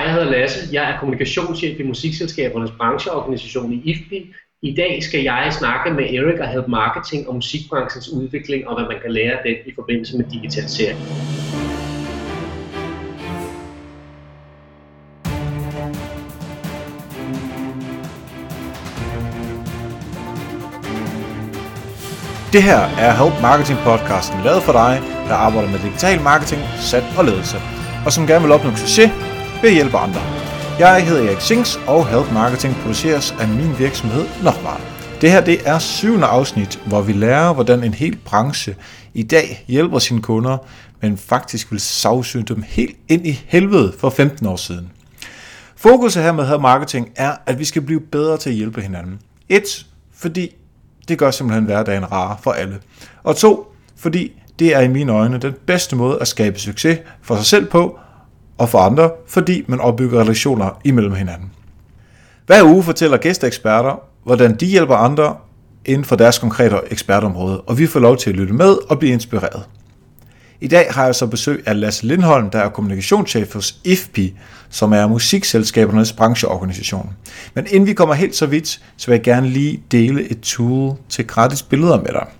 jeg hedder Lasse. Jeg er kommunikationschef i Musikselskabernes brancheorganisation i IFPI. I dag skal jeg snakke med Erik og Help Marketing om musikbranchens udvikling og hvad man kan lære af den i forbindelse med digitalisering. Det her er Help Marketing podcasten, lavet for dig, der arbejder med digital marketing, salg og ledelse, og som gerne vil opnå succes ved at hjælpe andre. Jeg hedder Erik Sings, og Help Marketing produceres af min virksomhed Nochmal. Det her det er 7. afsnit, hvor vi lærer, hvordan en hel branche i dag hjælper sine kunder, men faktisk vil sagsøge dem helt ind i helvede for 15 år siden. Fokuset her med Help Marketing er, at vi skal blive bedre til at hjælpe hinanden. 1. Fordi det gør simpelthen hverdagen rar for alle. Og 2. Fordi det er i mine øjne den bedste måde at skabe succes for sig selv på, og for andre, fordi man opbygger relationer imellem hinanden. Hver uge fortæller gæsteeksperter, hvordan de hjælper andre inden for deres konkrete ekspertområde, og vi får lov til at lytte med og blive inspireret. I dag har jeg så besøg af Lasse Lindholm, der er kommunikationschef hos IFPI, som er musikselskabernes brancheorganisation. Men inden vi kommer helt så vidt, så vil jeg gerne lige dele et tool til gratis billeder med dig.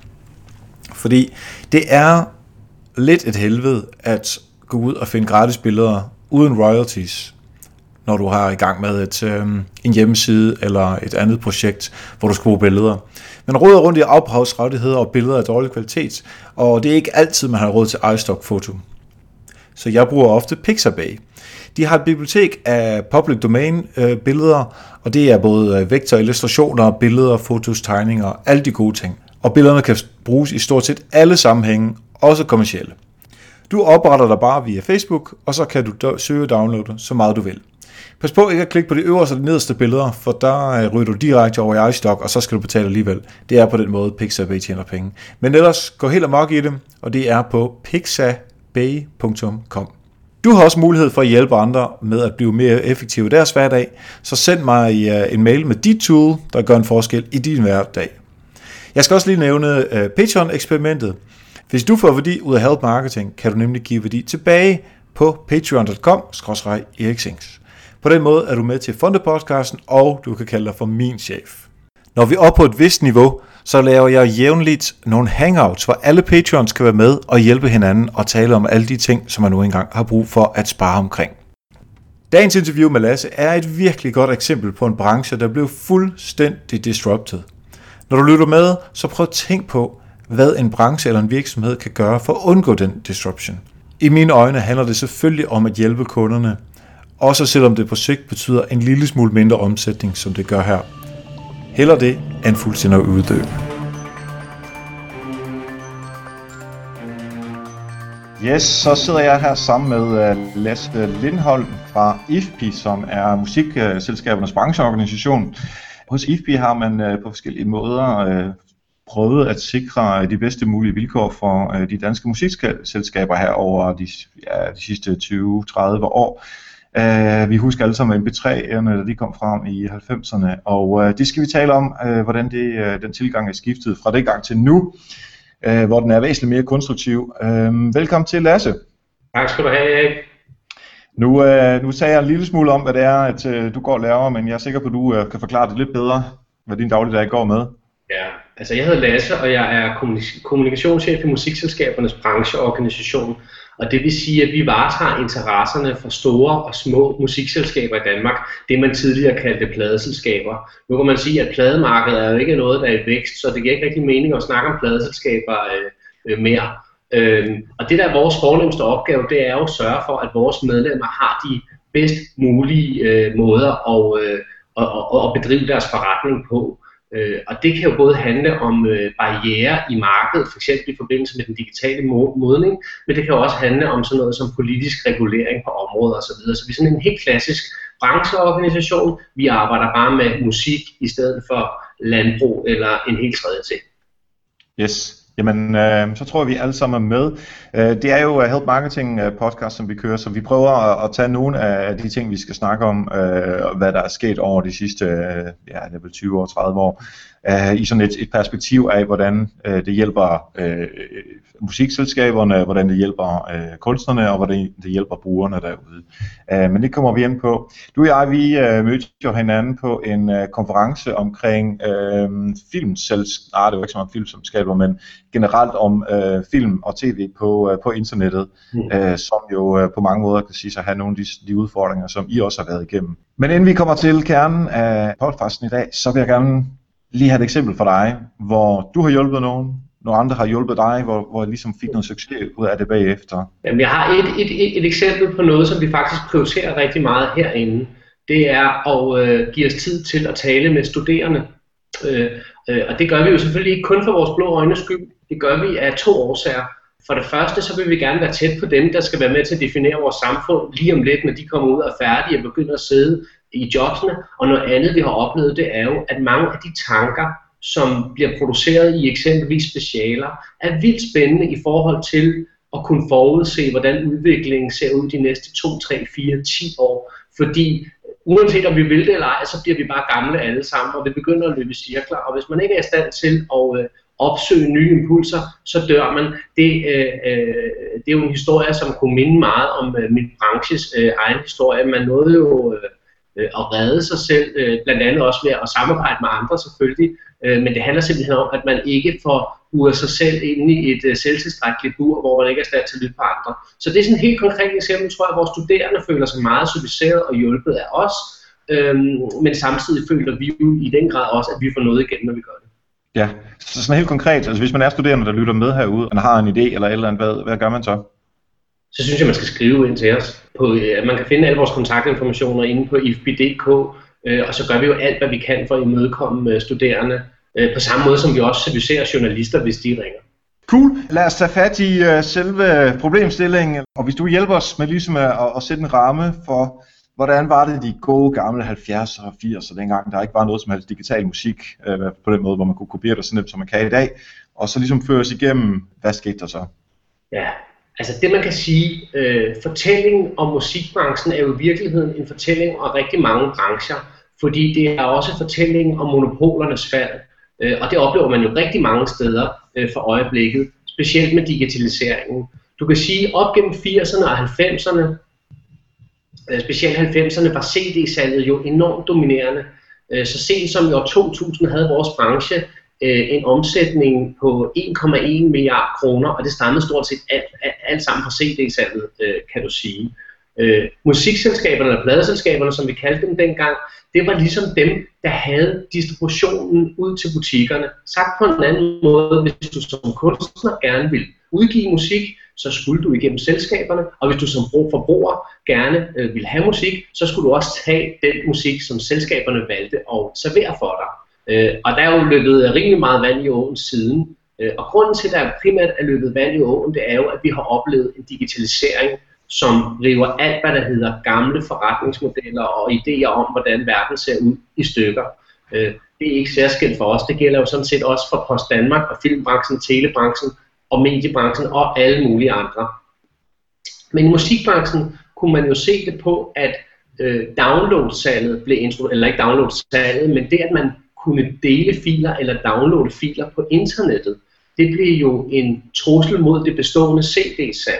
Fordi det er lidt et helvede at gå ud og finde gratis billeder uden royalties, når du har i gang med en hjemmeside eller et andet projekt, hvor du skal bruge billeder. Man råder rundt i ophavsrettigheder og billeder af dårlig kvalitet, og det er ikke altid, man har råd til iStock-foto. Så jeg bruger ofte Pixabay. De har et bibliotek af public domain billeder, og det er både vektor, illustrationer, billeder, fotos, tegninger, alle de gode ting. Og billederne kan bruges i stort set alle sammenhænge, også kommercielle. Du opretter dig bare via Facebook, og så kan du søge og downloade så meget du vil. Pas på ikke at klikke på de øverste og de nederste billeder, for der ryger du direkte over i iStock, og så skal du betale alligevel. Det er på den måde, Pixabay tjener penge. Men ellers gå helt amok i det, og det er på pixabay.com. Du har også mulighed for at hjælpe andre med at blive mere effektive i deres hverdag, så send mig en mail med dit tool, der gør en forskel i din hverdag. Jeg skal også lige nævne Patreon-eksperimentet. Hvis du får værdi ud af Help Marketing, kan du nemlig give værdi tilbage på patreon.com/eriksings. På den måde er du med til at funde podcasten, og du kan kalde dig for min chef. Når vi er oppe på et vist niveau, så laver jeg jævnligt nogle hangouts, hvor alle Patreons skal være med og hjælpe hinanden og tale om alle de ting, som man nu engang har brug for at spare omkring. Dagens interview med Lasse er et virkelig godt eksempel på en branche, der blev fuldstændig disrupted. Når du lytter med, så prøv at tænke på, hvad en branche eller en virksomhed kan gøre for at undgå den disruption. I mine øjne handler det selvfølgelig om at hjælpe kunderne, også selvom det på sigt betyder en lille smule mindre omsætning, som det gør her. Heller det end fuldstændig at uddø. Yes, så sidder jeg her sammen med Lasse Lindholm fra IFPI, som er musikselskabernes brancheorganisation. Hos IFPI har man på forskellige måder prøvet at sikre de bedste mulige vilkår for de danske musikselskaber her over de sidste 20-30 år. Vi husker alle sammen MP3'erne, da de kom frem i 90'erne, og det skal vi tale om, hvordan den tilgang er skiftet fra den gang til nu, hvor den er væsentligt mere konstruktiv. Velkommen til, Lasse. Tak skal du have, Erik. Nu sagde jeg en lille smule om, hvad det er, at du går og laver, men jeg er sikker på, at du kan forklare det lidt bedre, hvad din dagligdag går med. Ja, altså jeg hedder Lasse, og jeg er kommunikationschef i Musikselskabernes brancheorganisation. Og det vil sige, at vi varetager interesserne for store og små musikselskaber i Danmark, det man tidligere kaldte pladeselskaber. Nu kan man sige, at plademarkedet er jo ikke noget, der er i vækst, så det giver ikke rigtig mening at snakke om pladeselskaber mere. Og det der er vores fornemste opgave, det er jo at sørge for, at vores medlemmer har de bedst mulige måder at bedrive deres forretning på. Og det kan jo både handle om barrierer i markedet, f.eks. i forbindelse med den digitale modning, men det kan også handle om sådan noget som politisk regulering på områder osv. Så vi er sådan en helt klassisk brancheorganisation. Vi arbejder bare med musik i stedet for landbrug eller en helt tredje ting. Yes. Jamen, så tror jeg, vi alle sammen er med. Det er jo Help Marketing podcast, som vi kører, så vi prøver at tage nogle af de ting, vi skal snakke om, hvad der er sket over de sidste 20 år, 30 år. i sådan et perspektiv af, hvordan det hjælper musikselskaberne, hvordan det hjælper kunstnerne, og hvordan det hjælper brugerne derude. Men det kommer vi ind på. Du og jeg, vi mødte jo hinanden på en konference omkring filmselskaber, det var ikke så meget filmselskaber, men generelt om film og tv på internettet, som jo på mange måder kan sige sig at have nogle af de udfordringer, som I også har været igennem. Men inden vi kommer til kernen af podcasten i dag, så vil jeg gerne lige have et eksempel for dig, hvor du har hjulpet nogen, nogle andre har hjulpet dig, hvor I ligesom fik noget succes ud af det bagefter. Jamen, jeg har et eksempel på noget, som vi faktisk prioriterer rigtig meget herinde. Det er at give os tid til at tale med studerende. Og det gør vi jo selvfølgelig ikke kun for vores blå øjnes skyld. Det gør vi af 2 årsager. For det første, så vil vi gerne være tæt på dem, der skal være med til at definere vores samfund lige om lidt, når de kommer ud og er færdige og begynder at sidde i jobsene. Og noget andet, vi har oplevet, det er jo, at mange af de tanker, som bliver produceret i eksempelvis specialer, er vildt spændende i forhold til at kunne forudse, hvordan udviklingen ser ud de næste 2, 3, 4, 10 år. Fordi uanset om vi vil det eller ej, så bliver vi bare gamle alle sammen, og vi begynder at løbe i cirkler. Og hvis man ikke er i stand til at opsøge nye impulser, så dør man. Det er jo en historie, som kunne minde meget om min branches egen historie. Man nåede jo at redde sig selv, blandt andet også ved at samarbejde med andre selvfølgelig. Men det handler simpelthen om, at man ikke får uret sig selv ind i et selvtilstrækkeligt bur, hvor man ikke er i stand til at lytte på andre. Så det er sådan et helt konkret eksempel, tror jeg, hvor studerende føler sig meget serviceret og hjulpet af os, men samtidig føler vi jo i den grad også, at vi får noget igen, når vi gør det. Ja, så sådan helt konkret, altså hvis man er studerende, der lytter med herude, og har en idé eller et eller andet, hvad gør man så? Så synes jeg, man skal skrive ind til os. Man kan finde alle vores kontaktinformationer inde på ifb.dk, og så gør vi jo alt, hvad vi kan for at imødekomme studerende, på samme måde som vi også servicerer journalister, hvis de ringer. Cool. Lad os tage fat i selve problemstillingen, og hvis du hjælper os med ligesom at sætte en ramme for, hvordan var det de gode gamle 70'ere og 80'ere dengang, der ikke var noget som helst digital musik på den måde, hvor man kunne kopiere det så nemt som man kan i dag, og så ligesom føre os igennem, hvad skete der så? Ja, altså det man kan sige, fortællingen om musikbranchen er jo i virkeligheden en fortælling om rigtig mange brancher, fordi det er også fortællingen om monopolernes fald, og det oplever man jo rigtig mange steder for øjeblikket, specielt med digitaliseringen. Du kan sige, op gennem 80'erne og 90'erne, specielt 90'erne, var CD-salget jo enormt dominerende. Så sent som i år 2000 havde vores branche en omsætning på 1,1 milliard kroner, og det stammede stort set alt sammen fra CD-salget, kan du sige. Musikselskaberne eller pladeselskaberne, som vi kaldte dem dengang, det var ligesom dem, der havde distributionen ud til butikkerne. Sagt på en anden måde, hvis du som kunstner gerne vil udgive musik, så skulle du igennem selskaberne, og hvis du som forbruger gerne ville have musik, så skulle du også tage den musik, som selskaberne valgte at servere for dig. Og der er jo løbet rimelig meget vand i åen siden, og grunden til, at der primært er løbet vand i åen, det er jo, at vi har oplevet en digitalisering, som river alt, hvad der hedder gamle forretningsmodeller og idéer om, hvordan verden ser ud i stykker. Det er ikke særskilt for os. Det gælder jo sådan set også for Post Danmark og filmbranchen, telebranchen og mediebranchen og alle mulige andre. Men i musikbranchen kunne man jo se det på, at downloadsalget blev introduceret, eller ikke downloadsalget, men det, at man kunne dele filer eller downloade filer på internettet, det blev jo en trussel mod det bestående CD-salg.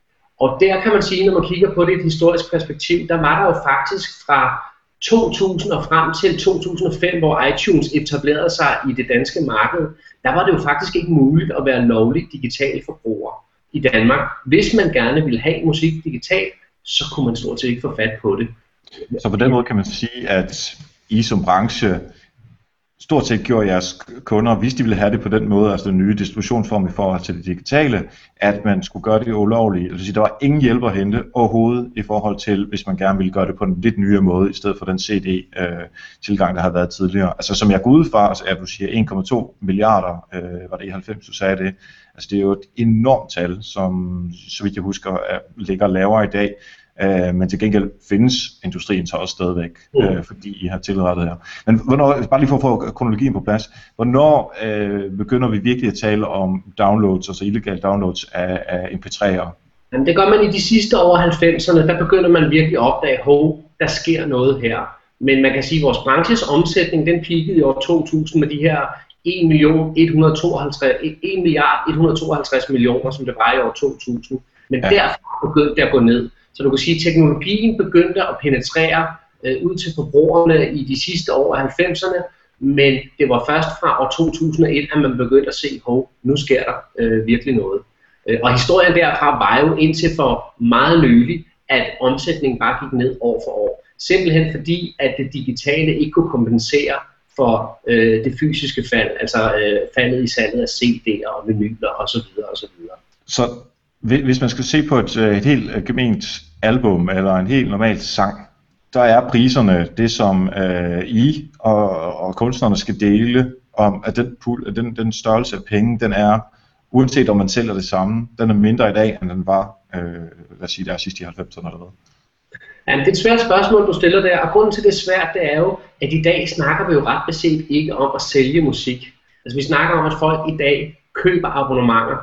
Og der kan man sige, når man kigger på det i et historisk perspektiv, der var der jo faktisk fra 2000 og frem til 2005, hvor iTunes etablerede sig i det danske marked, der var det jo faktisk ikke muligt at være lovlig digital forbruger i Danmark. Hvis man gerne ville have musik digitalt, så kunne man stort set ikke få fat på det. Så på den måde kan man sige, at I som branche stort set gjorde jeres kunder, hvis de ville have det på den måde, altså den nye distributionsform i forhold til det digitale, at man skulle gøre det ulovligt. Det vil sige, der var ingen hjælp at hente overhovedet i forhold til, hvis man gerne ville gøre det på en lidt nyere måde, i stedet for den CD-tilgang, der har været tidligere. Altså som jeg går ud fra, altså, at du siger 1,2 milliarder, var det i 90, du sagde det. Altså det er jo et enormt tal, som så vidt jeg husker, ligger lavere i dag. Men til gengæld findes industrien så også stadigvæk, fordi I har tilrettet her. Men hvornår, bare lige for at få kronologien på plads, hvornår begynder vi virkelig at tale om downloads, altså illegale downloads af MP3'er? Det gør man i de sidste år 90'erne, der begynder man virkelig at opdage, der sker noget her. Men man kan sige, at vores branches omsætning, den peakede i år 2000 med de her 1 milliard 152 millioner, som det var i år 2000. Men derfra begyndte det at gå ned. Så du kan sige, at teknologien begyndte at penetrere ud til forbrugerne i de sidste år af 90'erne, men det var først fra år 2001, at man begyndte at se, nu sker der virkelig noget. Og historien derfra var jo indtil for meget nylig, at omsætningen bare gik ned år for år. Simpelthen fordi, at det digitale ikke kunne kompensere for det fysiske fald, altså faldet i salget af CD'er og vinyler osv. osv. Så hvis man skal se på et helt gemeint album eller en helt normal sang, der er priserne det, som I og kunstnerne skal dele om, at den størrelse af penge, den er, uanset om man sælger det samme, den er mindre i dag, end den var, lad os sige, der sidst i 90'erne eller hvad? Ja, det er et svært spørgsmål, du stiller der, og grunden til det er svært, det er jo, at i dag snakker vi jo ret beset ikke om at sælge musik. Altså vi snakker om, at folk i dag køber abonnementer.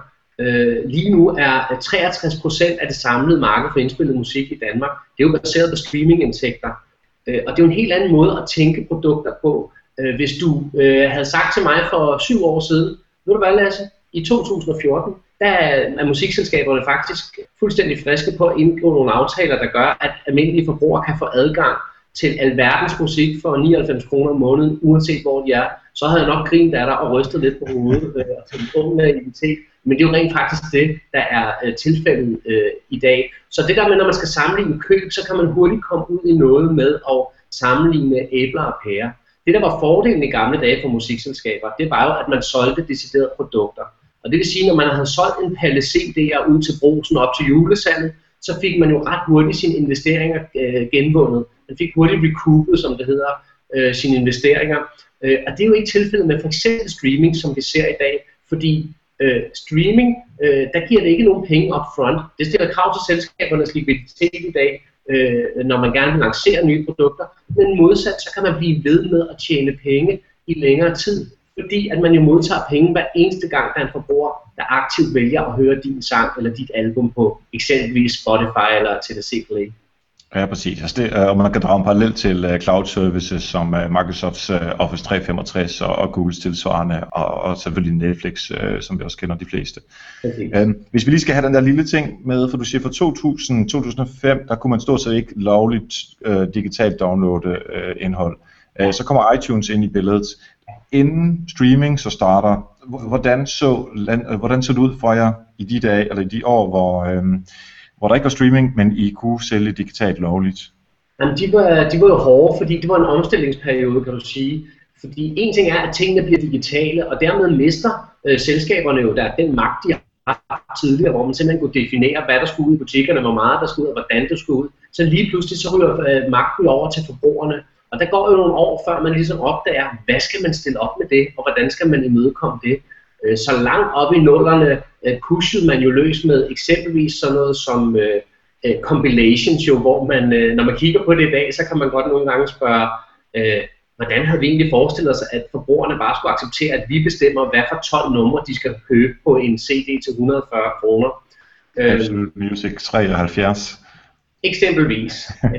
Lige nu er 63% af det samlede marked for indspillet musik i Danmark, det er jo baseret på streamingindtægter. Og det er jo en helt anden måde at tænke produkter på. Hvis du havde sagt til mig for 7 år siden, ved du hvad, Lasse, i 2014, der er musikselskaberne faktisk fuldstændig friske på at indgå nogle aftaler, der gør, at almindelige forbrugere kan få adgang til alverdens musik for 99 kroner om måneden, uanset hvor de er. Så havde jeg nok grint af dig og rystet lidt på hovedet og til en ung naivitet. Men det er jo rent faktisk det, der er tilfældet i dag. Så det der med, når man skal sammenligne køb, så kan man hurtigt komme ud i noget med at sammenligne æbler og pærer. Det der var fordelen i gamle dage for musikselskaber, det var jo, at man solgte deciderede produkter. Og det vil sige, når man havde solgt en palle CD'er ud til Brugsen op til julesalget, så fik man jo ret hurtigt sine investeringer genvundet. Man fik hurtigt recoupet, som det hedder, sine investeringer. Og det er jo ikke tilfældet med f.eks. streaming, som vi ser i dag, fordi streaming, der giver det ikke nogen penge up front. Det stiller krav til selskabernes likviditet i dag, når man gerne vil lancere nye produkter. Men modsat, så kan man blive ved med at tjene penge i længere tid, fordi at man jo modtager penge hver eneste gang, der er en forbruger, der aktivt vælger at høre din sang eller dit album på eksempelvis Spotify eller TDC Play. Ja, præcis. Altså og man kan drage en parallel til cloud services som Microsofts Office 365 og Googles tilsvarende, og selvfølgelig Netflix, som vi også kender de fleste. Hvis vi lige skal have den der lille ting med, for du siger fra 2000-2005, der kunne man stort set ikke lovligt digitalt downloade indhold. Så kommer iTunes ind i billedet. Inden streaming så starter, hvordan så det ud for jer i de dage, eller i de år, hvor der ikke var streaming, men I kunne sælge digitalt lovligt? Jamen, de var jo hårde, fordi det var en omstillingsperiode, kan du sige. Fordi en ting er, at tingene bliver digitale, og dermed mister selskaberne jo der den magt, de har haft tidligere, hvor man simpelthen kunne definere, hvad der skulle ud i butikkerne, hvor meget der skulle ud, og hvordan det skulle ud. Så lige pludselig så ryger magten over til forbrugerne. Og der går jo nogle år, før man ligesom opdager, hvad skal man stille op med det, og hvordan skal man imødekomme det. Så langt op i nullerne pushede man jo løs med eksempelvis sådan noget som compilations, jo, hvor man, når man kigger på det i dag, så kan man godt nogle gange spørge, hvordan havde vi egentlig forestillet os, at forbrugerne bare skulle acceptere, at vi bestemmer, hvad for 12 numre de skal købe på en CD til 140 kroner. Absolute Music 73. Eksempelvis.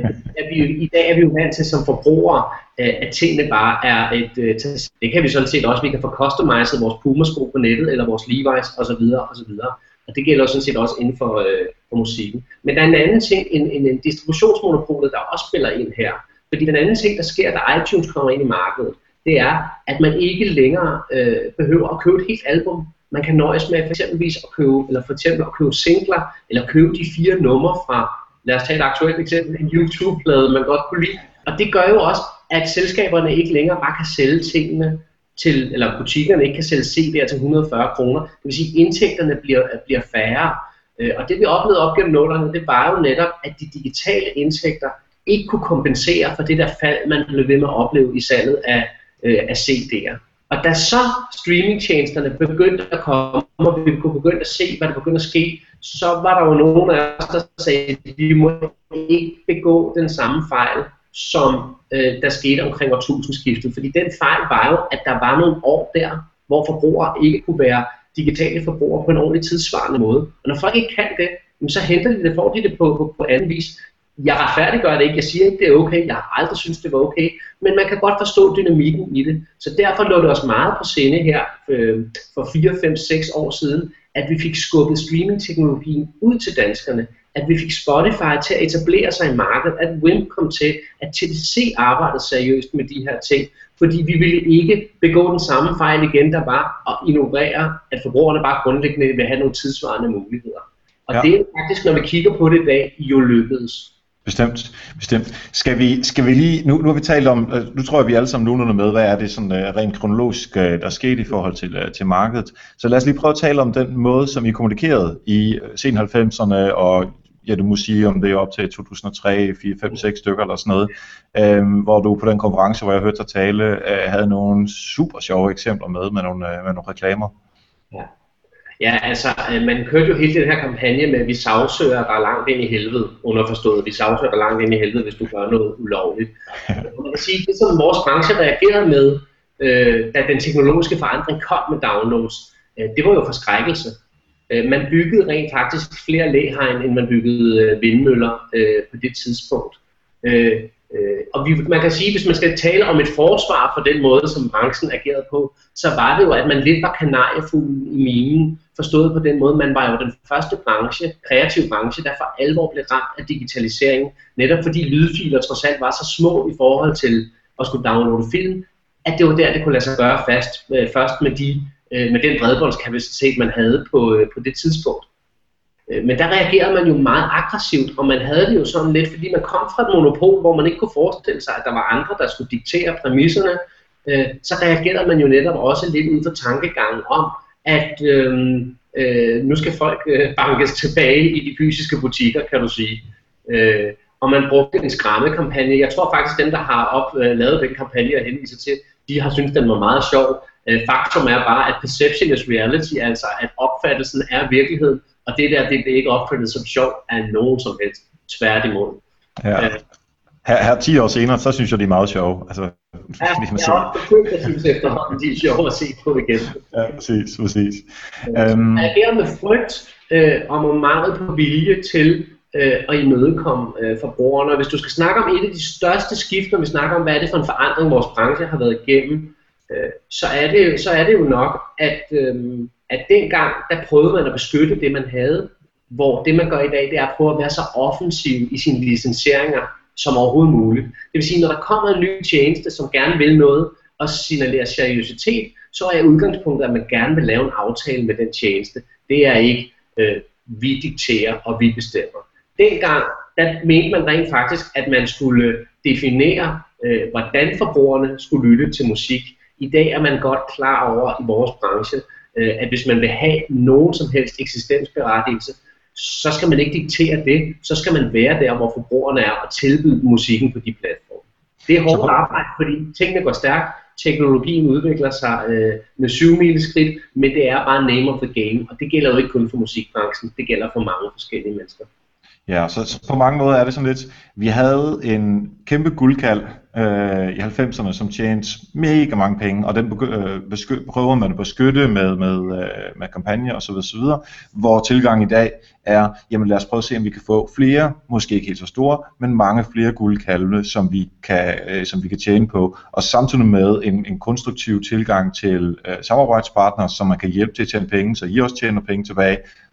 I dag er vi jo vant til som forbrugere, at tingene bare er det kan vi sådan set også, vi kan få customized vores Puma-sko på nettet, eller vores Levi's osv. osv. Og det gælder sådan set også inden for musikken. Men der er en anden ting, en distributionsmonopolet, der også spiller ind her. Fordi den anden ting, der sker, da iTunes kommer ind i markedet, det er, at man ikke længere behøver at købe et helt album. Man kan nøjes med for eksempel at købe singler, eller købe de 4 numre fra, lad os tage et aktuelt eksempel, en YouTube-plade, man godt kunne lide. Og det gør jo også, at selskaberne ikke længere bare kan sælge tingene til, eller butikkerne ikke kan sælge CD'er til 140 kroner. Det vil sige, at indtægterne bliver færre. Og det vi oplevede op gennem nullerne, det var jo netop, at de digitale indtægter ikke kunne kompensere for det der fald, man blev ved med at opleve i salget af CD'er. Og da så streamingtjenesterne begyndte at komme, og vi kunne begynde at se, hvad der begyndte at ske, så var der jo nogen af os, der sagde, at vi må ikke begå den samme fejl, som der skete omkring årtusindskiftet. Fordi den fejl var jo, at der var nogle år der, hvor forbrugere ikke kunne være digitale forbrugere på en ordentlig tidssvarende måde. Og når folk ikke kan det, så henter de det, får de det på anden vis. Jeg retfærdiggør det ikke, jeg siger ikke, det er okay, jeg har aldrig syntes, det var okay, men man kan godt forstå dynamikken i det. Så derfor lå det os meget på sinde her for 4, 5, 6 år siden, at vi fik skubbet streamingteknologien ud til danskerne, at vi fik Spotify til at etablere sig i markedet, at Wimp kom til, at TDC arbejdede seriøst med de her ting, fordi vi ville ikke begå den samme fejl igen, der var at ignorere, at forbrugerne bare grundlæggende vil have nogle tidsvarende muligheder. Og det er faktisk, når vi kigger på det i dag, jo lykkedes. Bestemt. Skal vi lige, nu har vi talt om, nu tror jeg vi alle sammen nogenlunde med, hvad er det sådan rent kronologisk, der er sket i forhold til markedet. Så lad os lige prøve at tale om den måde, som I kommunikerede i sen 90'erne, og ja, du må sige, om det er op til 2003, 4, 5, 6 stykker eller sådan noget, hvor du på den konference, hvor jeg hørte dig tale, havde nogle super sjove eksempler med nogle reklamer. Ja. Ja, altså, man kørte jo hele den her kampagne med, at vi sagsøger dig langt ind i helvede, underforstået, vi sagsøger dig langt ind i helvede, hvis du gør noget ulovligt. Man kan sige, det som vores branche reagerede med, da den teknologiske forandring kom med downloads, det var jo forskrækkelse. Man byggede rent faktisk flere læhegn, end man byggede vindmøller på det tidspunkt. Og man kan sige, hvis man skal tale om et forsvar for den måde, som branchen agerede på, så var det jo, at man lidt var kanariefuglen i minen, forstået på den måde. Man var jo den første branche, kreativ branche, der for alvor blev ramt af digitalisering, netop fordi lydfiler trods alt var så små i forhold til at skulle downloade film, at det var der, det kunne lade sig gøre først med den bredbåndskapacitet, man havde på det tidspunkt. Men der reagerede man jo meget aggressivt, og man havde det jo sådan lidt, fordi man kom fra et monopol, hvor man ikke kunne forestille sig, at der var andre, der skulle diktere præmisserne. Så reagerede man jo netop også lidt ud fra tankegangen om, at nu skal folk bankes tilbage i de fysiske butikker, kan du sige. Og man brugte en skræmmekampagne. Jeg tror faktisk, dem, der har lavet den kampagne, jeg henviser til, de har syntes, den var meget sjov. Faktum er bare, at perception is reality, altså at opfattelsen er virkeligheden, og det der, det bliver ikke opfattet som sjov af nogen som helst. Tværtimod. Ja. Her 10 år senere, så synes jeg, de er meget sjove. Altså, jeg har også begyndt at synes efterhånden, de er sjove at se på igen. Ja, præcis. Jeg agerer med frygt og med mangel på vilje til at imødekomme forbrugerne. Hvis du skal snakke om et af de største skift, når vi snakker om, hvad er det for en forandring, vores branche har været igennem, så er det jo nok, at dengang, der prøvede man at beskytte det, man havde, hvor det, man gør i dag, det er at prøve at være så offensiv i sine licenseringer som overhovedet muligt. Det vil sige, når der kommer en ny tjeneste, som gerne vil noget og signalerer seriøsitet, så er udgangspunktet, at man gerne vil lave en aftale med den tjeneste. Det er ikke, vi dikterer og vi bestemmer. Dengang, der mente man rent faktisk, at man skulle definere, hvordan forbrugerne skulle lytte til musik. I dag er man godt klar over i vores branche, at hvis man vil have nogen som helst eksistensberettigelse, så skal man ikke diktere det, så skal man være der, hvor forbrugerne er, og tilbyde musikken på de platforme. Det er hårdt arbejde, fordi tingene går stærkt, teknologien udvikler sig med 7 skridt, men det er bare name of the game, og det gælder jo ikke kun for musikbranchen, det gælder for mange forskellige mennesker. Ja, så på mange måder er det sådan lidt, vi havde en kæmpe guldkalv i 90'erne, som tjente mega mange penge, og den prøver man at beskytte med kampagner osv., hvor tilgang i dag er, jamen lad os prøve at se, om vi kan få flere, måske ikke helt så store, men mange flere guldkalve, som vi kan tjene på, og samtidig med en konstruktiv tilgang til samarbejdspartnere, som man kan hjælpe til at tjene penge, så I også tjener penge tilbage,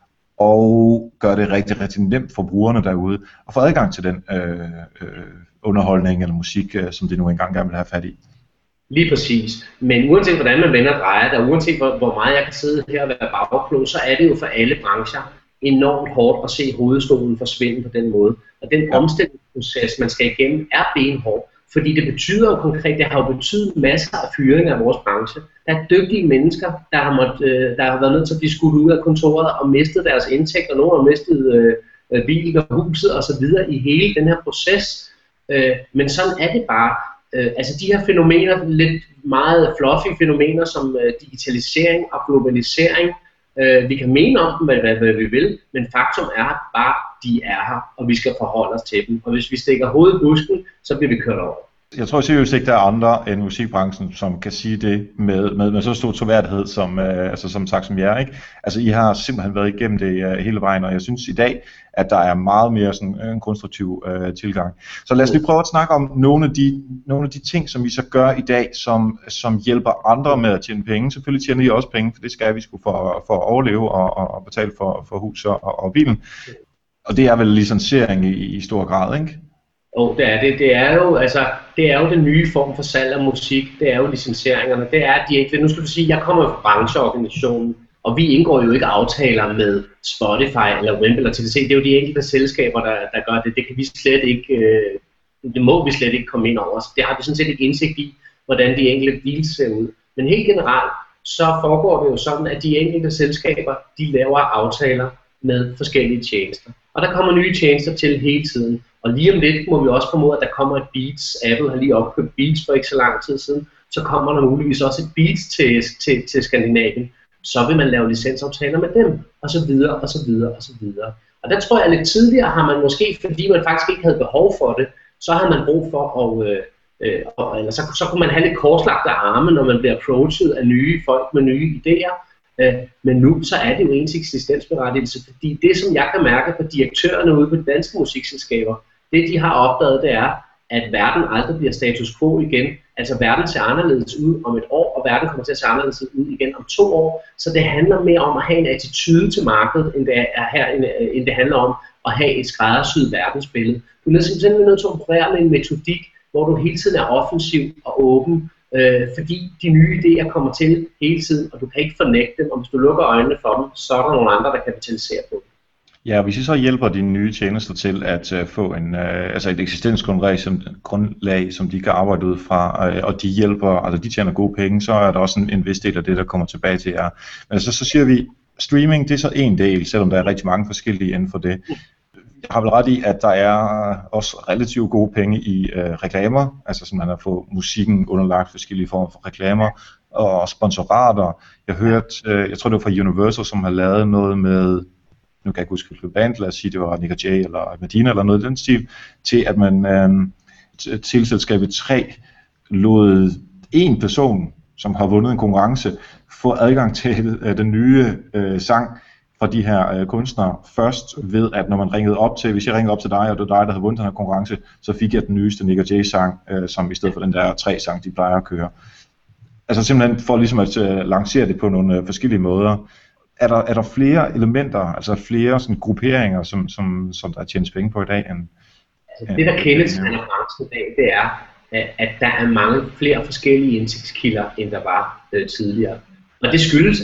og gør det rigtig, rigtig nemt for brugerne derude at få adgang til den underholdning eller musik, som de nu engang gerne vil have fat i. Lige præcis. Men uanset hvordan man vender og drejer det, og uanset hvor meget jeg kan sidde her og være bagklog, så er det jo for alle brancher enormt hårdt at se hovedstolen forsvinde på den måde. Og den omstillingsproces, man skal igennem, er benhård. Fordi det betyder jo konkret, det har jo betydet masser af fyringer af vores branche. Der er dygtige mennesker, der har været nødt til at blive skudt ud af kontoret og mistet deres indtægt, og nogle har mistet bilen og huset osv. i hele den her proces. Men sådan er det bare. Altså de her fænomener, lidt meget fluffy fænomener som digitalisering og globalisering, vi kan mene om dem, hvad vi vil, men faktum er bare, de er her, og vi skal forholde os til dem. Og hvis vi stikker hovedet i busken, så bliver vi kørt over. Jeg tror seriøst ikke, der er andre end musikbranchen, som kan sige det med så stor troværdighed, som sagt som jer, ikke? Altså, I har simpelthen været igennem det hele vejen, og jeg synes i dag, at der er meget mere sådan en konstruktiv tilgang. Så lad os lige prøve at snakke om nogle af de ting, som I så gør i dag, som hjælper andre med at tjene penge. Selvfølgelig tjener I også penge, for det skal vi sgu for at overleve og betale for hus og bilen. Og det er vel licensering i stor grad, ikke? Det er det. Det er jo den nye form for salg af musik. Det er jo licenseringerne. Det er de enkelte. Nu skal du sige, jeg kommer fra brancheorganisationen, og vi indgår jo ikke aftaler med Spotify eller Wembley eller TDC. Det er jo de enkelte selskaber, der gør det. Det kan vi slet ikke. Det må vi slet ikke komme ind over. Så det har vi sådan set ikke indsigt i, hvordan de enkelte deals ser ud. Men helt generelt, så foregår det jo sådan, at de enkelte selskaber, de laver aftaler med forskellige tjenester. Og der kommer nye tjenester til hele tiden. Og lige om lidt må vi også formode, at der kommer et Beats. Apple har lige opkøbt Beats for ikke så lang tid siden. Så kommer der muligvis også et Beats til Skandinavien. Så vil man lave licensaftaler med dem, og så videre, og så videre, og så videre. Og der tror jeg, at lidt tidligere har man måske, fordi man faktisk ikke havde behov for det, så har man brug for at så kunne man have lidt korslagte arme, når man bliver approachet af nye folk med nye idéer. Men nu så er det jo ens eksistensberettigelse, fordi det, som jeg kan mærke på direktørerne ude på de danske musikselskaber, det de har opdaget, det er, at verden aldrig bliver status quo igen. Altså verden ser anderledes ud om et år, og verden kommer til at se anderledes ud igen om 2 år. Så det handler mere om at have en attitude til markedet, end det handler om at have et skræddersyet verdensbillede. Du er simpelthen nødt til at operere med en metodik, hvor du hele tiden er offensiv og åben, fordi de nye idéer kommer til hele tiden, og du kan ikke fornægte dem, og hvis du lukker øjnene for dem, så er der nogle andre, der kapitaliserer på dem. Ja, hvis I så hjælper de nye tjenester til at få et eksistensgrundlag, som de kan arbejde ud fra, og de hjælper, altså de tjener gode penge, så er der også en vis del af det, der kommer tilbage til jer. Men så siger vi, streaming, det er så en del, selvom der er rigtig mange forskellige inden for det. Jeg har vel ret i, at der er også relativt gode penge i reklamer, altså så man har fået musikken underlagt forskellige former for reklamer og sponsorater. Jeg tror det var fra Universal, som har lavet noget med, nu kan jeg ikke huske hvilket band, lad os sige det var Nick og Jay eller Medina eller noget i den stil, til at man til selskabet 3 lod en person, som har vundet en konkurrence, få adgang til den nye sang fra de her kunstnere først ved, at når man ringede op til, hvis jeg ringede op til dig, og det var dig, der havde vundet den her konkurrence, så fik jeg den nyeste Nick og Jay sang, som i stedet for den der 3 sang, de plejer at køre. Altså simpelthen for ligesom at lancere det på nogle forskellige måder. Er der flere elementer, altså flere sådan grupperinger, som der tjenes penge på i dag? Det der kendetegner branchen i dag, det er, at der er mange flere forskellige indtægtskilder, end der var tidligere. Og det skyldes,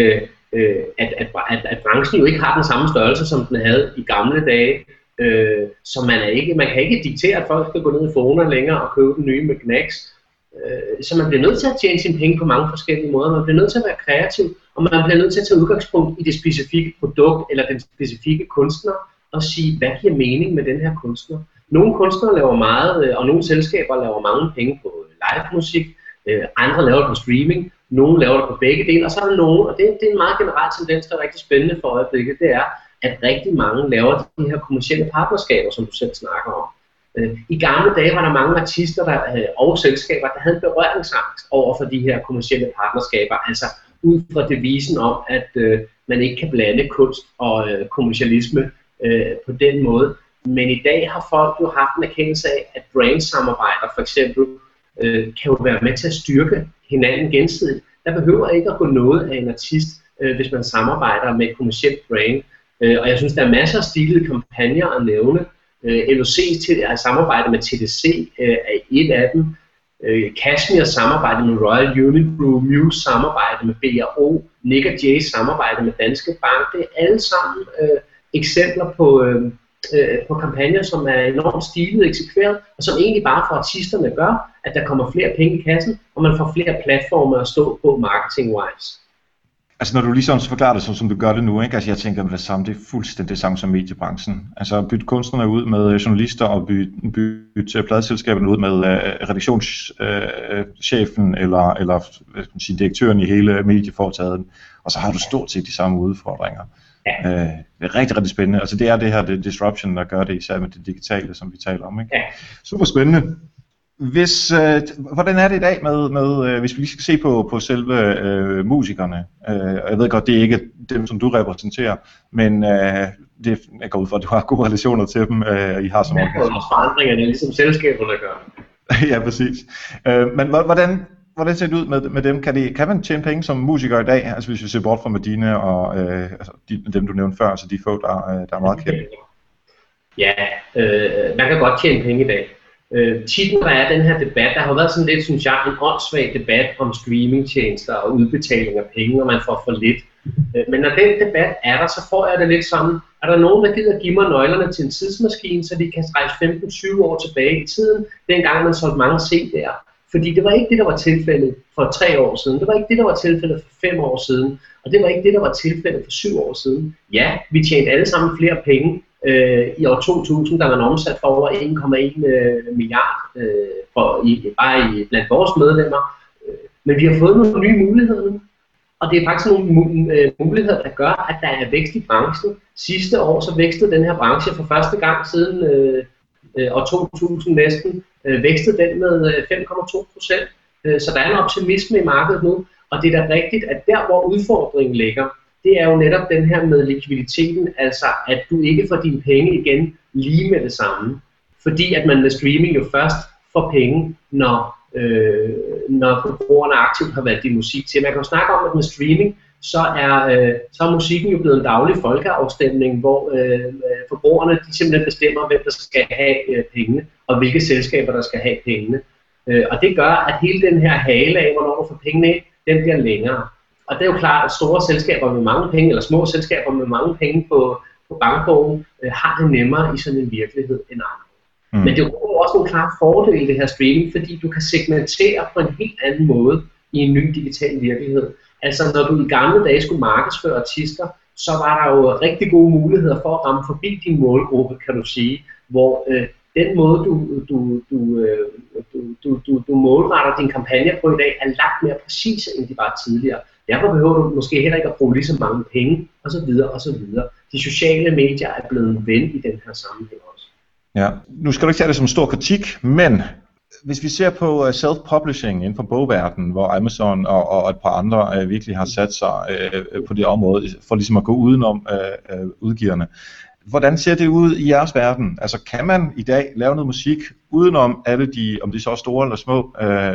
at branchen jo ikke har den samme størrelse, som den havde i gamle dage. Så man kan ikke diktere, at folk skal gå ned i Fona længere og købe den nye med Knacks. Så man bliver nødt til at tjene sine penge på mange forskellige måder. Man bliver nødt til at være kreativ, og man bliver nødt til at tage udgangspunkt i det specifikke produkt eller den specifikke kunstner og sige, hvad giver mening med den her kunstner. Nogle kunstnere laver meget, og nogle selskaber laver mange penge på live musik, andre laver det på streaming, nogle laver det på begge dele, og så er der nogen, og det er en meget generel tendens, der er rigtig spændende for øjeblikket, det er, at rigtig mange laver de her kommercielle partnerskaber, som du selv snakker om. I gamle dage var der mange artister og selskaber, der havde berøringsangst over for de her kommercielle partnerskaber, altså ud fra devisen om, at man ikke kan blande kunst og kommercialisme på den måde. Men i dag har folk jo haft en erkendelse af, at brandsamarbejder for eksempel kan jo være med til at styrke hinanden gensidigt. Der behøver ikke at gå noget af en artist, hvis man samarbejder med et kommercielt brand. Og jeg synes, der er masser af stilede kampagner at nævne. LOC til at samarbejde med TDC er et af dem. Kashmir samarbejde med Royal Unibrew, Muse samarbejde med B&O, Nick og Jay samarbejde med Danske Bank. Det er alle sammen eksempler på kampagner, som er enormt stilet eksekveret, og som egentlig bare for artisterne gør, at der kommer flere penge i kassen, og man får flere platformer at stå på marketing-wise. Altså når du ligesom forklarer det, som du gør det nu, ikke? Altså jeg tænker med det samme, det er fuldstændig det samme som mediebranchen. Altså bytte kunstnerne ud med journalister og bytte pladeselskaberne ud med redaktionschefen eller direktøren i hele medieforetaget, og så har du stort set de samme udfordringer. Ja. Det er rigtig, rigtig spændende. Altså det er det her det disruption, der gør det, især med det digitale, som vi taler om. Ikke? Ja. Super spændende. Hvordan er det i dag med hvis vi lige skal se på selve musikerne? Jeg ved godt, det er ikke dem, som du repræsenterer, men jeg går ud fra, at du har gode relationer til dem, I har som organisation. Forandringer, det er ligesom selskaberne gør. Ja, præcis. Men hvordan ser det ud med dem? Kan man tjene penge som musiker i dag? Altså hvis vi ser bort fra Medina og dem, du nævnte før, altså de få, der er meget kendte. Ja, man kan godt tjene penge i dag. Tit når der er den her debat, der har været sådan lidt, synes jeg, en åndssvag debat om streamingtjenester og udbetaling af penge, og man får for lidt. Men når den debat er der, så får jeg det lidt sådan, er der nogen, der gider give mig nøglerne til en tidsmaskine, så de kan rejse 15-20 år tilbage i tiden, dengang man solgte mange CD'er. Fordi det var ikke det, der var tilfældet for 3 år siden, det var ikke det, der var tilfældet for 5 år siden, og det var ikke det, der var tilfældet for 7 år siden. Ja, vi tjente alle sammen flere penge i år 2000, der man omsat for over 1,1 milliard bare blandt vores medlemmer. Men vi har fået nogle nye muligheder nu. Og det er faktisk nogle muligheder, der gør, at der er vækst i branchen. Sidste år så vækstede den her branche for første gang siden år 2000 næsten. Vækstede den med 5,2%. Så der er en optimisme i markedet nu. Og det er da rigtigt, at der hvor udfordringen ligger, det er jo netop den her med likviditeten, altså at du ikke får dine penge igen lige med det samme. Fordi at man med streaming jo først får penge, når forbrugerne aktivt har valgt din musik til. Man kan jo snakke om, at med streaming, så er musikken jo blevet en daglig folkeafstemning, hvor forbrugerne de simpelthen bestemmer, hvem der skal have pengene, og hvilke selskaber der skal have pengene. Og det gør, at hele den her hale af, hvornår du får pengene ind, den bliver længere. Og det er jo klart, at store selskaber med mange penge, eller små selskaber med mange penge på bankbogen, har det nemmere i sådan en virkelighed end andre. Men det er jo også nogle klare fordele, det her streaming, fordi du kan segmentere på en helt anden måde i en ny digital virkelighed. Altså når du i gamle dage skulle markedsføre artister, så var der jo rigtig gode muligheder for at ramme forbi din målgruppe, kan du sige, hvor den måde du målretter din kampagne på i dag er langt mere præcise, end de var tidligere. Derfor behøver du måske heller ikke at bruge lige så mange penge, osv. osv. De sociale medier er blevet en ven i den her sammenhæng også. Ja, nu skal du ikke tage det som stor kritik, men hvis vi ser på self-publishing inden for bogverdenen, hvor Amazon og et par andre virkelig har sat sig på det område, for ligesom at gå udenom udgiverne. Hvordan ser det ud i jeres verden? Altså kan man i dag lave noget musik udenom alle de, om de så er store eller små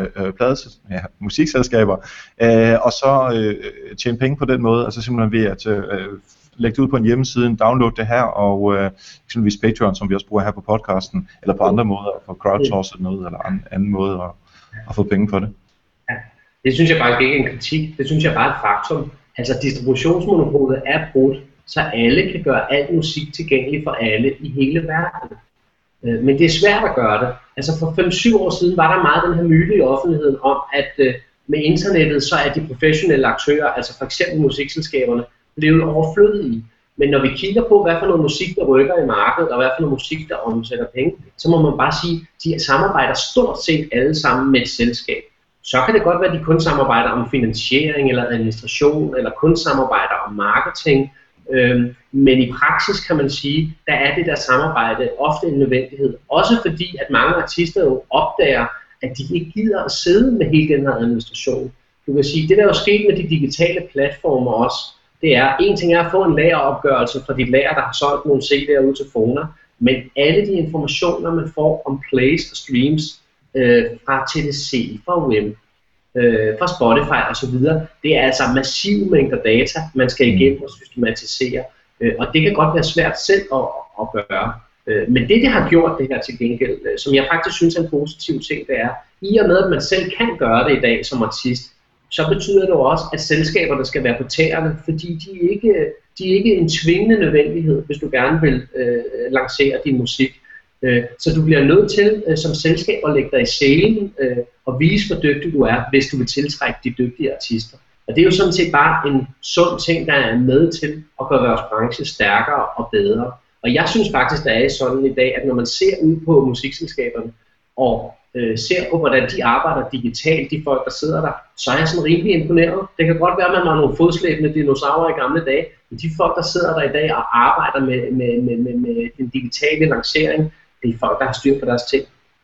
musikselskaber, og så tjene penge på den måde, altså simpelthen ved at lægge det ud på en hjemmeside, download det her, og eksempelvis Patreon, som vi også bruger her på podcasten, eller på andre måder, for crowdsource noget, eller anden måde at få penge for det. Ja, det synes jeg faktisk ikke er en kritik, det synes jeg bare er et faktum. Altså distributionsmonopolet er brudt, så alle kan gøre al musik tilgængelig for alle i hele verden. Men det er svært at gøre det. Altså for 5-7 år siden var der meget den her myte i offentligheden om, at med internettet, så er de professionelle aktører, altså for eksempel musikselskaberne, blevet overflødige. Men når vi kigger på, hvad for noget musik, der rykker i markedet, og hvad for noget musik, der omsætter penge, så må man bare sige, at de samarbejder stort set alle sammen med et selskab. Så kan det godt være, at de kun samarbejder om finansiering eller administration, eller kun samarbejder om marketing. Men i praksis kan man sige, der er det der samarbejde ofte en nødvendighed. Også fordi, at mange artister jo opdager, at de ikke gider at sidde med hele den her administration. Du kan sige, det der er jo sket med de digitale platformer også, det er, en ting er at få en lageropgørelse fra dit lager, der har solgt nogle CD'er ud til Fona, men alle de informationer, man får om plays og streams fra TDC, fra Wim, fra Spotify osv., det er altså massive mængder data, man skal igennem og systematisere, og det kan godt være svært selv at gøre. Men det har gjort det her til gengæld, som jeg faktisk synes er en positiv ting, det er, i og med at man selv kan gøre det i dag som artist, så betyder det jo også, at selskaberne skal være på tæerne, fordi de er ikke en tvingende nødvendighed, hvis du gerne vil lancere din musik. Så du bliver nødt til som selskab at lægge dig i selen og vise, hvor dygtig du er, hvis du vil tiltrække de dygtige artister. Og det er jo sådan set bare en sund ting, der er med til at gøre vores branche stærkere og bedre. Og jeg synes faktisk, der er sådan i dag, at når man ser ud på musikselskaberne og ser på, hvordan de arbejder digitalt, de folk, der sidder der, så er jeg sådan rimelig imponeret. Det kan godt være, at man var nogle fodslæbende dinosaurer i gamle dage, men de folk, der sidder der i dag og arbejder med den digitale lancering, det er folk, der har styr på deres ting.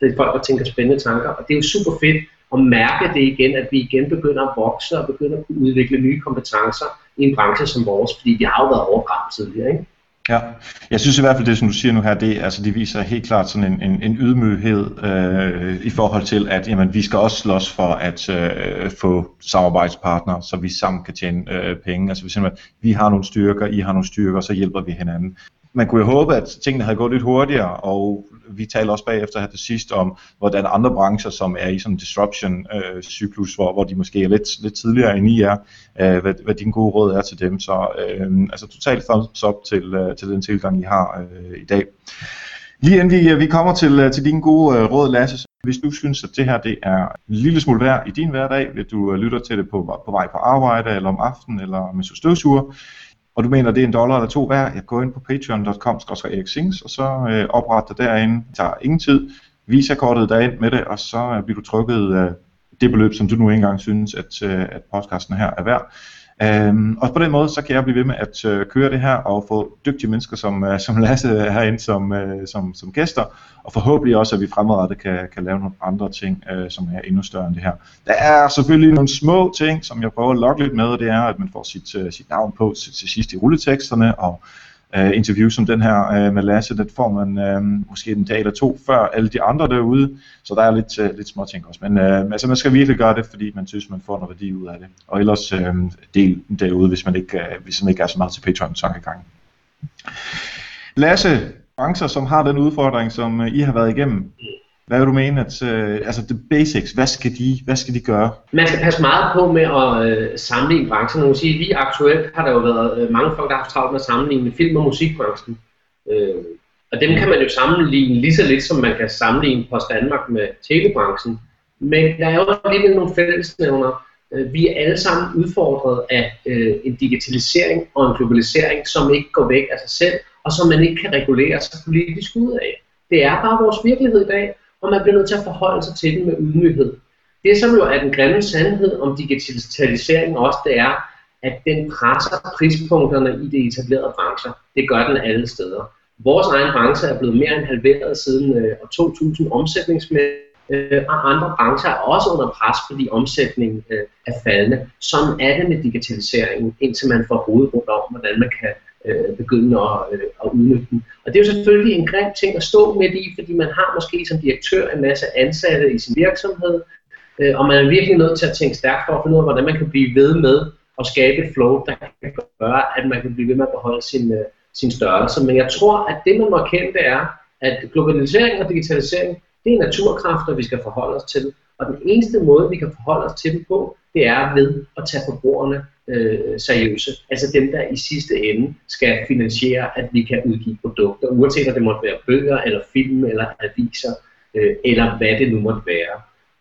Det er folk, der tænker spændende tanker, og det er jo super fedt at mærke det igen, at vi igen begynder at vokse og begynder at kunne udvikle nye kompetencer i en branche som vores, fordi vi har jo været overgravet tidligere, ikke? Ja, jeg synes i hvert fald det, som du siger nu her, det viser helt klart sådan en ydmyghed i forhold til, at jamen, vi skal også slås for at få samarbejdspartnere, så vi sammen kan tjene penge. Altså hvis vi har nogle styrker, I har nogle styrker, så hjælper vi hinanden. Man kunne jo håbe, at tingene havde gået lidt hurtigere, og vi taler også bagefter her til sidst om, hvordan andre brancher, som er i sådan en disruption-cyklus, hvor de måske er lidt tidligere end I er, hvad din gode råd er til dem. Så altså totalt thumbs up til den tilgang, I har i dag. Lige inden vi kommer til dine gode råd, Lasse, hvis du synes, at det her det er en lille smule værd i din hverdag, hvis du lytter til det på vej på arbejde, eller om aftenen, eller med støvsuger, og du mener, det er $1 eller 2 værd, jeg går ind på patreon.com/eriksings, og så opret dig derinde. Det tager ingen tid. Visa-kortet derind med det, og så bliver du trykket det beløb, som du nu engang synes, at podcasten her er værd. Og på den måde, så kan jeg blive ved med at køre det her, og få dygtige mennesker som Lasse herinde som gæster, og forhåbentlig også, at vi fremadrettet kan lave nogle andre ting, som er endnu større end det her. Der er selvfølgelig nogle små ting, som jeg prøver at logge lidt med, og det er, at man får sit navn på til sidst i rulleteksterne, og interview som den her med Lasse, det får man måske en dag eller 2 før alle de andre derude, så der er lidt små ting også, men altså man skal virkelig gøre det, fordi man synes, man får noget værdi ud af det, og ellers del derude, hvis man ikke er så meget til Patreon-tankegang. Lasse, brancher, som har den udfordring, som I har været igennem, hvad vil du mene, at altså the basics, hvad skal de gøre? Man skal passe meget på med at sammenligne branchen. Man kan sige, lige aktuelt har der jo været mange folk, der har haft travlt med at sammenligne film- og musikbranchen. Og dem kan man jo sammenligne lige så lidt, som man kan sammenligne Post Danmark med telebranchen. Men der er jo alligevel nogle fællesnævner. Vi er alle sammen udfordret af en digitalisering og en globalisering, som ikke går væk af sig selv, og som man ikke kan regulere sig politisk ud af. Det er bare vores virkelighed i dag, og man bliver nødt til at forholde sig til den med ydmyghed. Det, som jo er den grimme sandhed om digitalisering også, det er, at den presser prispunkterne i de etablerede brancher. Det gør den alle steder. Vores egen branche er blevet mere end halveret siden år 2000 omsætningsmæssigt, og andre brancher er også under pres, fordi omsætningen er faldende. Sådan er det med digitaliseringen, indtil man får hovedet rundt om, hvordan man kan begynde at udnytte den. Og det er jo selvfølgelig en grim ting at stå midt i, fordi man har måske som direktør en masse ansatte i sin virksomhed, og man er virkelig nødt til at tænke stærkt for at finde ud af, hvordan man kan blive ved med at skabe et flow, der kan gøre, at man kan blive ved med at beholde sin størrelse. Men jeg tror, at det man må erkende, det er, at globalisering og digitalisering, det er naturkræfter, vi skal forholde os til. Og den eneste måde, vi kan forholde os til dem på, det er ved at tage forbrugerne seriøse. Altså dem, der i sidste ende skal finansiere, at vi kan udgive produkter, uanset om det måtte være bøger, eller film, eller aviser, eller hvad det nu måtte være.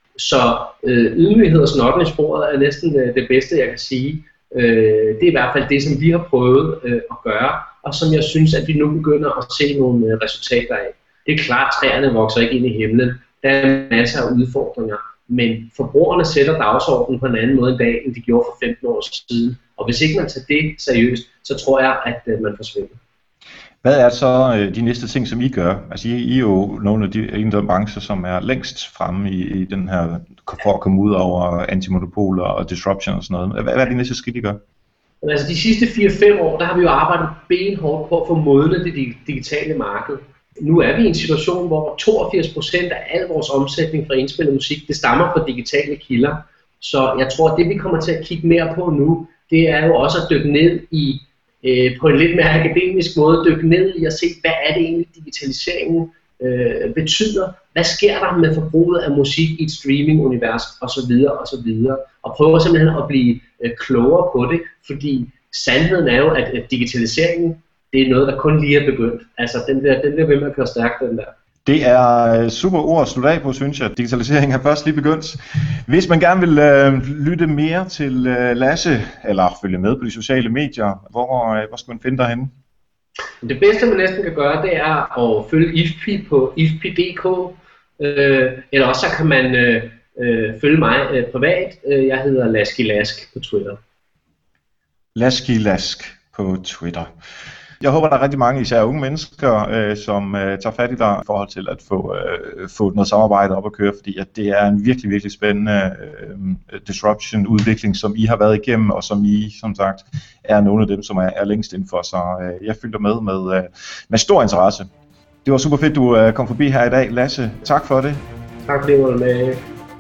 Så ydmyghed og snotten i sporet er næsten det bedste, jeg kan sige. Det er i hvert fald det, som vi har prøvet at gøre, og som jeg synes, at vi nu begynder at se nogle resultater af. Det er klart, at træerne vokser ikke ind i himlen. Der er masser af udfordringer. Men forbrugerne sætter dagsordenen på en anden måde i dag, end de gjorde for 15 år siden. Og hvis ikke man tager det seriøst, så tror jeg, at man forsvinder. Hvad er så de næste ting, som I gør? Altså I er jo nogle af de brancher, som er længst fremme i den her, for at komme ud over antimonopoler og disruption og sådan noget. Hvad er de næste skridt, I gør? Altså de sidste 4-5 år, der har vi jo arbejdet benhårdt på at få modnet det digitale marked. Nu er vi i en situation, hvor 82% af al vores omsætning fra indspillet musik, det stammer fra digitale kilder. Så jeg tror, at det vi kommer til at kigge mere på nu, det er jo også at dykke ned i, på en lidt mere akademisk måde, dykke ned i at se, hvad er det egentlig digitaliseringen betyder. Hvad sker der med forbruget af musik i et streaming-univers osv. osv. Og prøve simpelthen at blive klogere på det, fordi sandheden er jo, at digitaliseringen, det er noget, der kun lige er begyndt. Altså, den bliver ved med at køre stærkt, den der. Det er super ord at slutte af på, synes jeg. Digitaliseringen er først lige begyndt. Hvis man gerne vil lytte mere til Lasse, eller følge med på de sociale medier, hvor skal man finde dig henne? Det bedste, man næsten kan gøre, det er at følge IFPI på ifpi.dk, eller også så kan man følge mig privat. Jeg hedder Laski Lask på Twitter. Laski Lask på Twitter. Jeg håber, der er rigtig mange, især unge mennesker, som tager fat i dig i forhold til at få noget samarbejde op at køre, fordi at det er en virkelig, virkelig spændende disruption-udvikling, som I har været igennem, og som I, som sagt, er nogle af dem, som er længst indenfor. Så jeg følger med stor interesse. Det var super fedt, du kom forbi her i dag, Lasse. Tak for det. Tak fordi du var med.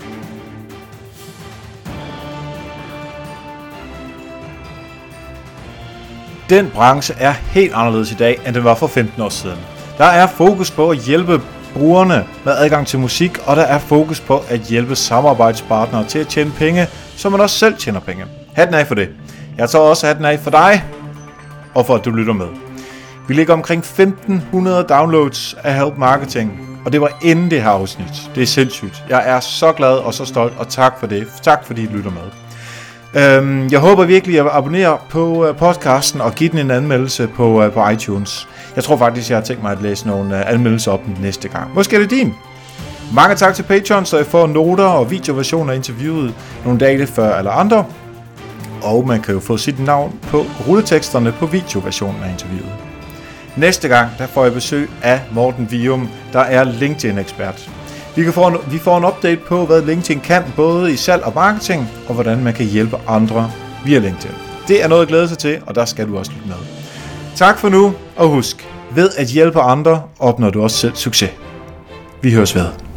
Den branche er helt anderledes i dag, end den var for 15 år siden. Der er fokus på at hjælpe brugerne med adgang til musik, og der er fokus på at hjælpe samarbejdspartnere til at tjene penge, så man også selv tjener penge. Hatten af for det. Jeg tager også hatten af for dig, og for at du lytter med. Vi ligger omkring 1500 downloads af Help Marketing, og det var inden det her afsnit. Det er sindssygt. Jeg er så glad og så stolt, og tak for det. Tak fordi I lytter med. Jeg håber virkelig at abonnere på podcasten og give den en anmeldelse på iTunes. Jeg tror faktisk, jeg har tænkt mig at læse nogle anmeldelser op den næste gang. Måske er det din. Mange tak til Patreon, så I får noter og videoversioner af interviewet nogle dage før alle andre. Og man kan jo få sit navn på rulleteksterne på videoversionen af interviewet. Næste gang der får jeg besøg af Morten Vium, der er LinkedIn-ekspert. Vi får en update på, hvad LinkedIn kan, både i salg og marketing, og hvordan man kan hjælpe andre via LinkedIn. Det er noget at glæde sig til, og der skal du også lytte med. Tak for nu, og husk, ved at hjælpe andre, opnår du også selv succes. Vi høres ved.